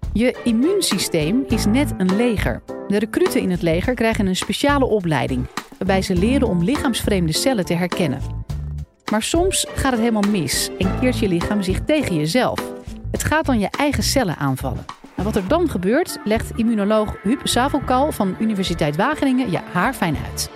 Je immuunsysteem is net een leger. De recruten in het leger krijgen een speciale opleiding, waarbij ze leren om lichaamsvreemde cellen te herkennen. Maar soms gaat het helemaal mis en keert je lichaam zich tegen jezelf. Het gaat dan je eigen cellen aanvallen. En wat er dan gebeurt, legt immunoloog Huub Savolkal van Universiteit Wageningen je haarfijn uit.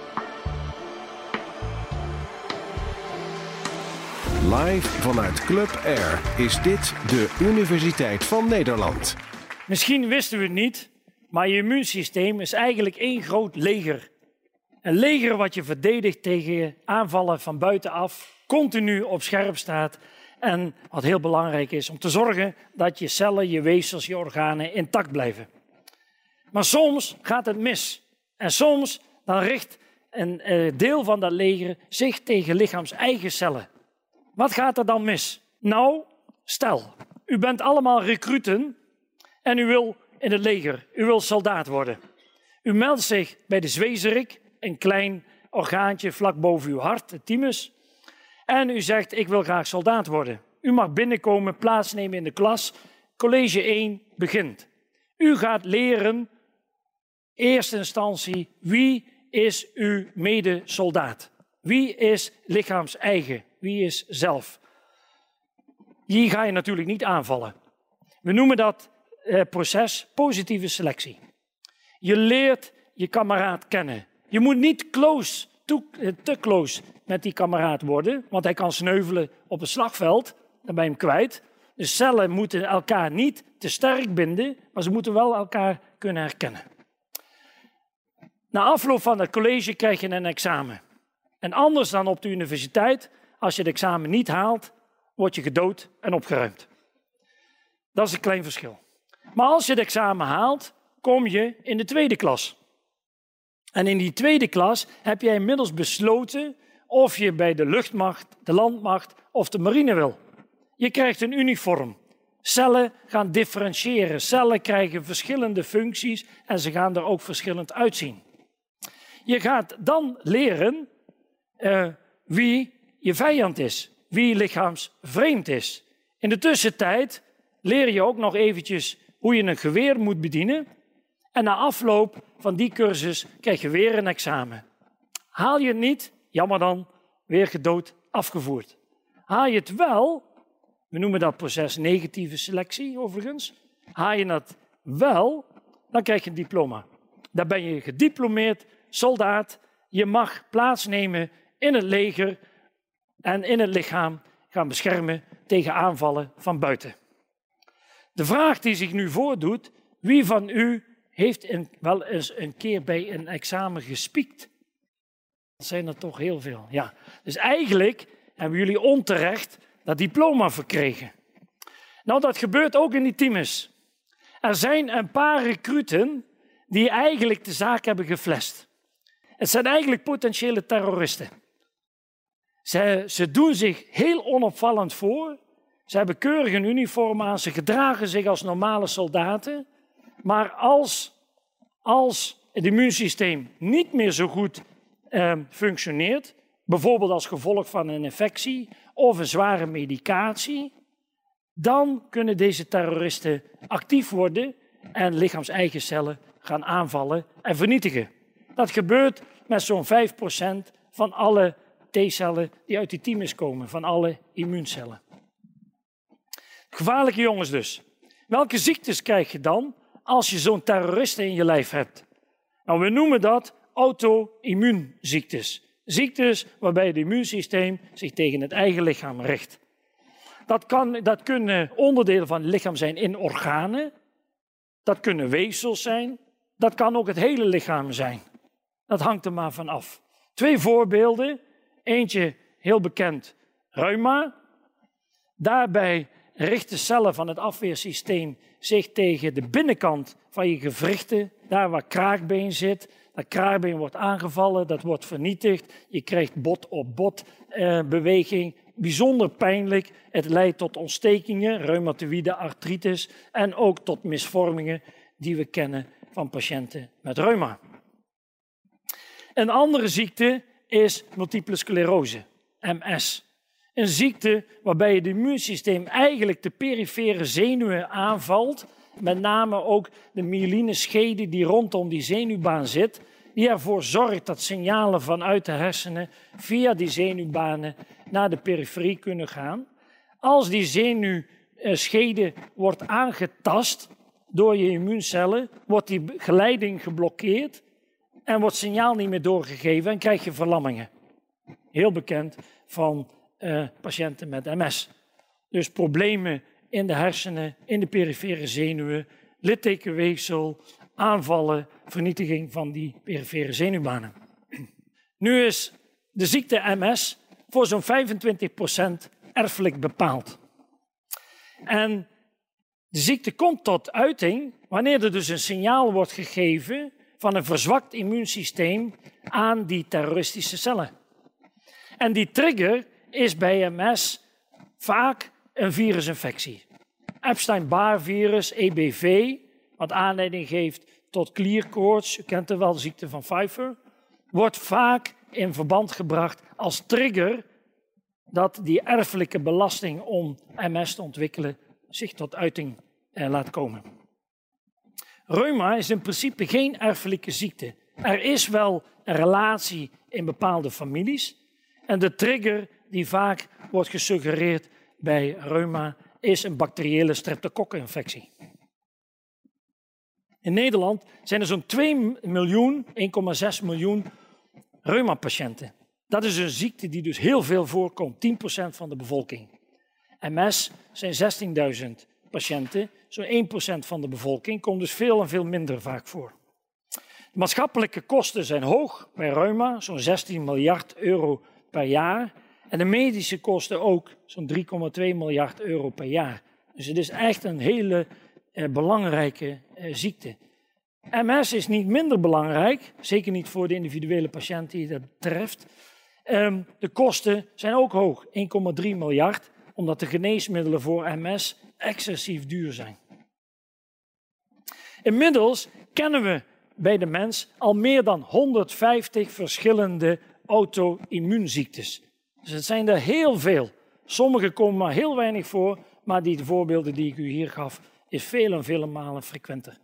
Live vanuit Club Air is dit de Universiteit van Nederland. Misschien wisten we het niet, maar je immuunsysteem is eigenlijk één groot leger. Een leger wat je verdedigt tegen aanvallen van buitenaf, continu op scherp staat. En wat heel belangrijk is, om te zorgen dat je cellen, je weefsels, je organen intact blijven. Maar soms gaat het mis. En soms dan richt een deel van dat leger zich tegen lichaams eigen cellen. Wat gaat er dan mis? Nou, stel, u bent allemaal recruten en u wil in het leger, u wil soldaat worden. U meldt zich bij de zwezerik, een klein orgaantje vlak boven uw hart, de thymus. En u zegt, ik wil graag soldaat worden. U mag binnenkomen, plaatsnemen in de klas. College 1 begint. U gaat leren, eerste instantie, wie is uw medesoldaat? Wie is lichaams-eigen? Wie is zelf? Hier ga je natuurlijk niet aanvallen. We noemen dat proces positieve selectie. Je leert je kameraad kennen. Je moet niet te close met die kameraad worden, want hij kan sneuvelen op het slagveld, dan ben je hem kwijt. De cellen moeten elkaar niet te sterk binden, maar ze moeten wel elkaar kunnen herkennen. Na afloop van het college krijg je een examen. En anders dan op de universiteit, als je het examen niet haalt, word je gedood en opgeruimd. Dat is een klein verschil. Maar als je het examen haalt, kom je in de tweede klas. En in die tweede klas heb jij inmiddels besloten of je bij de luchtmacht, de landmacht of de marine wil. Je krijgt een uniform. Cellen gaan differentiëren. Cellen krijgen verschillende functies en ze gaan er ook verschillend uitzien. Je gaat dan leren wie je vijand is, wie lichaamsvreemd is. In de tussentijd leer je ook nog eventjes hoe je een geweer moet bedienen. En na afloop van die cursus krijg je weer een examen. Haal je het niet, jammer dan, weer gedood afgevoerd. Haal je het wel, we noemen dat proces negatieve selectie overigens. Haal je het wel, dan krijg je een diploma. Dan ben je gediplomeerd soldaat. Je mag plaatsnemen in het leger en in het lichaam gaan beschermen tegen aanvallen van buiten. De vraag die zich nu voordoet, wie van u heeft wel eens een keer bij een examen gespiekt? Dat zijn er toch heel veel. Ja. Dus eigenlijk hebben jullie onterecht dat diploma verkregen. Nou, dat gebeurt ook in die thymus. Er zijn een paar recruten die eigenlijk de zaak hebben geflasht. Het zijn eigenlijk potentiële terroristen. Ze doen zich heel onopvallend voor. Ze hebben keurig een uniform aan. Ze gedragen zich als normale soldaten. Maar als het immuunsysteem niet meer zo goed functioneert, bijvoorbeeld als gevolg van een infectie of een zware medicatie, dan kunnen deze terroristen actief worden en lichaams-eigen cellen gaan aanvallen en vernietigen. Dat gebeurt met zo'n 5% van alle T-cellen die uit die thymus komen, van alle immuuncellen. Gevaarlijke jongens dus. Welke ziektes krijg je dan als je zo'n terrorist in je lijf hebt? Nou, we noemen dat auto-immuunziektes. Ziektes waarbij het immuunsysteem zich tegen het eigen lichaam richt. Dat kunnen onderdelen van het lichaam zijn in organen. Dat kunnen weefsels zijn. Dat kan ook het hele lichaam zijn. Dat hangt er maar van af. 2 voorbeelden. Eentje heel bekend, reuma. Daarbij richten cellen van het afweersysteem zich tegen de binnenkant van je gewrichten, daar waar kraakbeen zit. Dat kraakbeen wordt aangevallen, dat wordt vernietigd. Je krijgt bot-op-bot beweging, bijzonder pijnlijk. Het leidt tot ontstekingen, reumatoïde artritis en ook tot misvormingen die we kennen van patiënten met reuma. Een andere ziekte is multiple sclerose, MS. Een ziekte waarbij het immuunsysteem eigenlijk de perifere zenuwen aanvalt met name ook de myelineschede die rondom die zenuwbaan zit, die ervoor zorgt dat signalen vanuit de hersenen via die zenuwbanen naar de periferie kunnen gaan. Als die zenuwschede wordt aangetast door je immuuncellen, wordt die geleiding geblokkeerd en wordt signaal niet meer doorgegeven en krijg je verlammingen. Heel bekend van patiënten met MS. Dus problemen in de hersenen, in de perifere zenuwen, littekenweefsel, aanvallen, vernietiging van die perifere zenuwbanen. Nu is de ziekte MS voor zo'n 25% erfelijk bepaald. En de ziekte komt tot uiting wanneer er dus een signaal wordt gegeven van een verzwakt immuunsysteem aan die terroristische cellen. En die trigger is bij MS vaak een virusinfectie. Epstein-Barr-virus, EBV, wat aanleiding geeft tot klierkoorts, u kent het wel, de ziekte van Pfeiffer, wordt vaak in verband gebracht als trigger dat die erfelijke belasting om MS te ontwikkelen zich tot uiting laat komen. Reuma is in principe geen erfelijke ziekte. Er is wel een relatie in bepaalde families en de trigger die vaak wordt gesuggereerd bij reuma is een bacteriële streptokokkeninfectie. In Nederland zijn er zo'n 2 miljoen, 1,6 miljoen reumapatiënten. Dat is een ziekte die dus heel veel voorkomt, 10% van de bevolking. MS zijn 16.000 patiënten, zo'n 1% van de bevolking, komt dus veel en veel minder vaak voor. De maatschappelijke kosten zijn hoog bij reuma, zo'n 16 miljard euro per jaar. En de medische kosten ook, zo'n 3,2 miljard euro per jaar. Dus het is echt een hele belangrijke ziekte. MS is niet minder belangrijk, zeker niet voor de individuele patiënt die dat betreft. De kosten zijn ook hoog, 1,3 miljard, omdat de geneesmiddelen voor MS excessief duur zijn. Inmiddels kennen we bij de mens al meer dan 150 verschillende auto-immuunziektes. Dus het zijn er heel veel. Sommige komen maar heel weinig voor, maar die voorbeelden die ik u hier gaf, is vele en vele malen frequenter.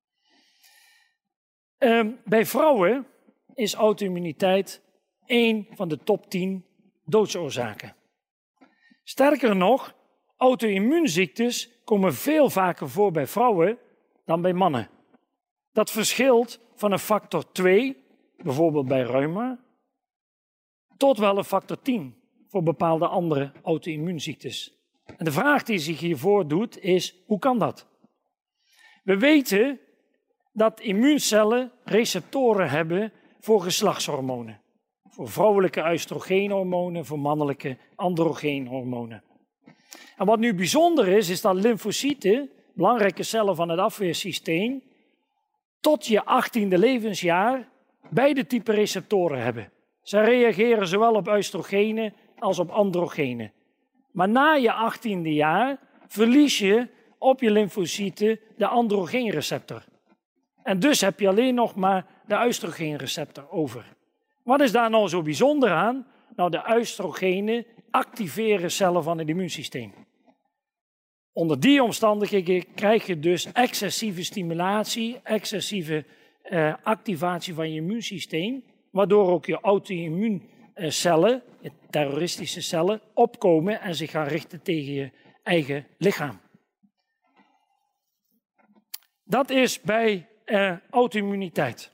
Bij vrouwen is auto-immuniteit één van de top 10 doodsoorzaken. Sterker nog, auto-immuunziektes komen veel vaker voor bij vrouwen dan bij mannen. Dat verschilt van een factor 2, bijvoorbeeld bij reuma, tot wel een factor 10 voor bepaalde andere auto-immuunziektes. En de vraag die zich hiervoor doet is, hoe kan dat? We weten dat immuuncellen receptoren hebben voor geslachtshormonen. Voor vrouwelijke oestrogeenhormonen, voor mannelijke androgeenhormonen. En wat nu bijzonder is dat lymfocyten, belangrijke cellen van het afweersysteem, tot je 18e levensjaar beide typen receptoren hebben. Ze reageren zowel op oestrogenen als op androgenen. Maar na je 18e jaar verlies je op je lymfocyten de androgeenreceptor. En dus heb je alleen nog maar de oestrogeenreceptor over. Wat is daar nou zo bijzonder aan? Nou, de oestrogenen activeren cellen van het immuunsysteem. Onder die omstandigheden krijg je dus excessieve stimulatie, excessieve activatie van je immuunsysteem, waardoor ook je auto-immuuncellen, terroristische cellen, opkomen en zich gaan richten tegen je eigen lichaam. Dat is bij auto-immuniteit.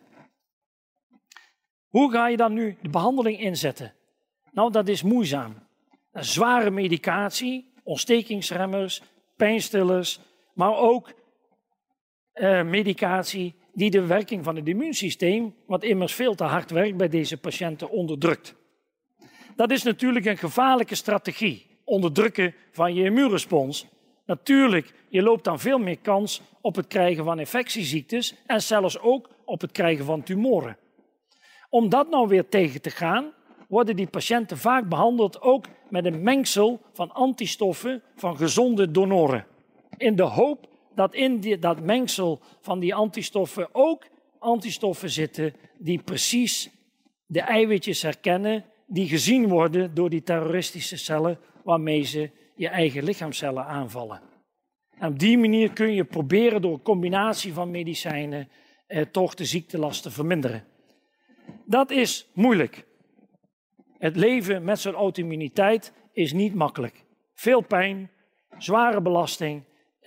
Hoe ga je dan nu de behandeling inzetten? Nou, dat is moeizaam. Dat is zware medicatie, ontstekingsremmers, pijnstillers, maar ook medicatie die de werking van het immuunsysteem, wat immers veel te hard werkt bij deze patiënten, onderdrukt. Dat is natuurlijk een gevaarlijke strategie, onderdrukken van je immuunrespons. Natuurlijk, je loopt dan veel meer kans op het krijgen van infectieziektes en zelfs ook op het krijgen van tumoren. Om dat nou weer tegen te gaan, worden die patiënten vaak behandeld ook met een mengsel van antistoffen van gezonde donoren. In de hoop dat in dat mengsel van die antistoffen ook antistoffen zitten die precies de eiwitjes herkennen die gezien worden door die terroristische cellen waarmee ze je eigen lichaamscellen aanvallen. En op die manier kun je proberen door een combinatie van medicijnen toch de ziektelast te verminderen. Dat is moeilijk. Het leven met zo'n auto-immuniteit is niet makkelijk. Veel pijn, zware belasting,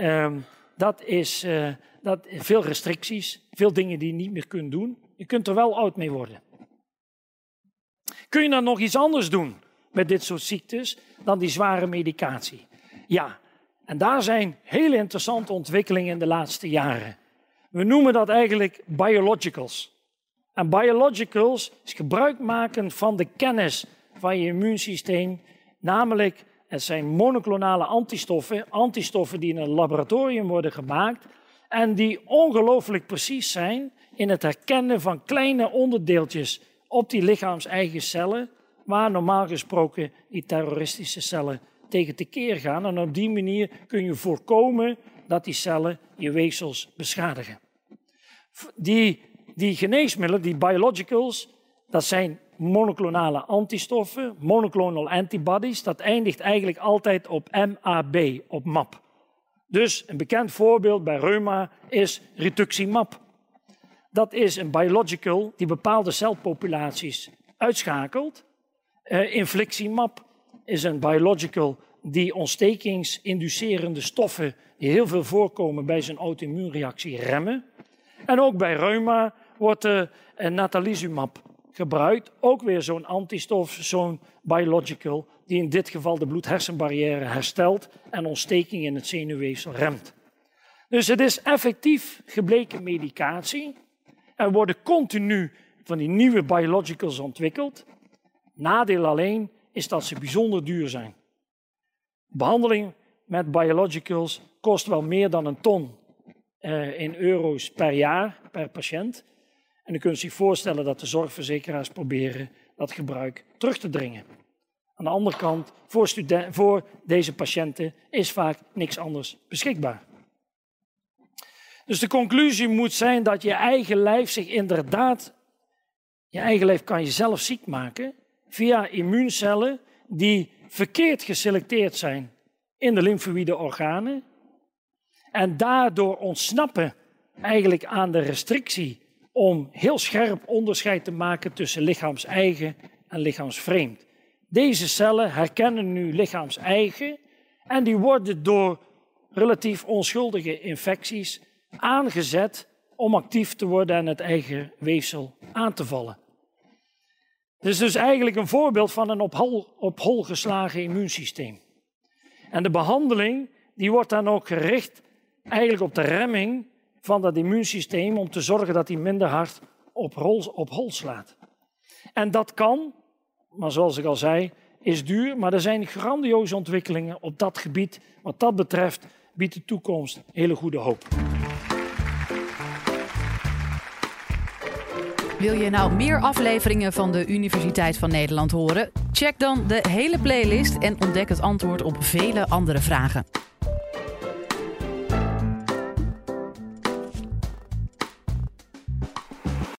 veel restricties, veel dingen die je niet meer kunt doen. Je kunt er wel oud mee worden. Kun je dan nog iets anders doen met dit soort ziektes dan die zware medicatie? Ja, en daar zijn hele interessante ontwikkelingen in de laatste jaren. We noemen dat eigenlijk biologicals. En biologicals is gebruik maken van de kennis van je immuunsysteem. Namelijk, het zijn monoclonale antistoffen. Antistoffen die in een laboratorium worden gemaakt. En die ongelooflijk precies zijn in het herkennen van kleine onderdeeltjes op die lichaams-eigen cellen. Waar normaal gesproken die terroristische cellen tegen tekeer gaan. En op die manier kun je voorkomen dat die cellen je weefsels beschadigen. Die geneesmiddelen, die biologicals, dat zijn monoclonale antistoffen, monoclonal antibodies. Dat eindigt eigenlijk altijd op MAB, op MAP. Dus een bekend voorbeeld bij reuma is rituximab. Dat is een biological die bepaalde celpopulaties uitschakelt. Infliximab is een biological die ontstekingsinducerende stoffen die heel veel voorkomen bij zijn auto-immuunreactie remmen. En ook bij reuma wordt natalizumab gebruikt. Ook weer zo'n antistof, zo'n biological, die in dit geval de bloed-hersenbarrière herstelt en ontsteking in het zenuwweefsel remt. Dus het is effectief gebleken medicatie. Er worden continu van die nieuwe biologicals ontwikkeld. Nadeel alleen is dat ze bijzonder duur zijn. Behandeling met biologicals kost wel meer dan een ton in euro's per jaar, per patiënt. En u kunt zich voorstellen dat de zorgverzekeraars proberen dat gebruik terug te dringen. Aan de andere kant, voor deze patiënten is vaak niks anders beschikbaar. Dus de conclusie moet zijn dat je eigen lijf zich inderdaad, je eigen lijf kan je zelf ziek maken via immuuncellen die verkeerd geselecteerd zijn in de lymfoïde organen en daardoor ontsnappen eigenlijk aan de restrictie om heel scherp onderscheid te maken tussen lichaams-eigen en lichaamsvreemd. Deze cellen herkennen nu lichaams-eigen en die worden door relatief onschuldige infecties aangezet om actief te worden en het eigen weefsel aan te vallen. Het is dus eigenlijk een voorbeeld van een op hol geslagen immuunsysteem. En de behandeling die wordt dan ook gericht eigenlijk op de remming van dat immuunsysteem om te zorgen dat hij minder hard op hol slaat. En dat kan, maar zoals ik al zei, is duur, maar er zijn grandioze ontwikkelingen op dat gebied. Wat dat betreft biedt de toekomst hele goede hoop. Wil je nou meer afleveringen van de Universiteit van Nederland horen? Check dan de hele playlist en ontdek het antwoord op vele andere vragen.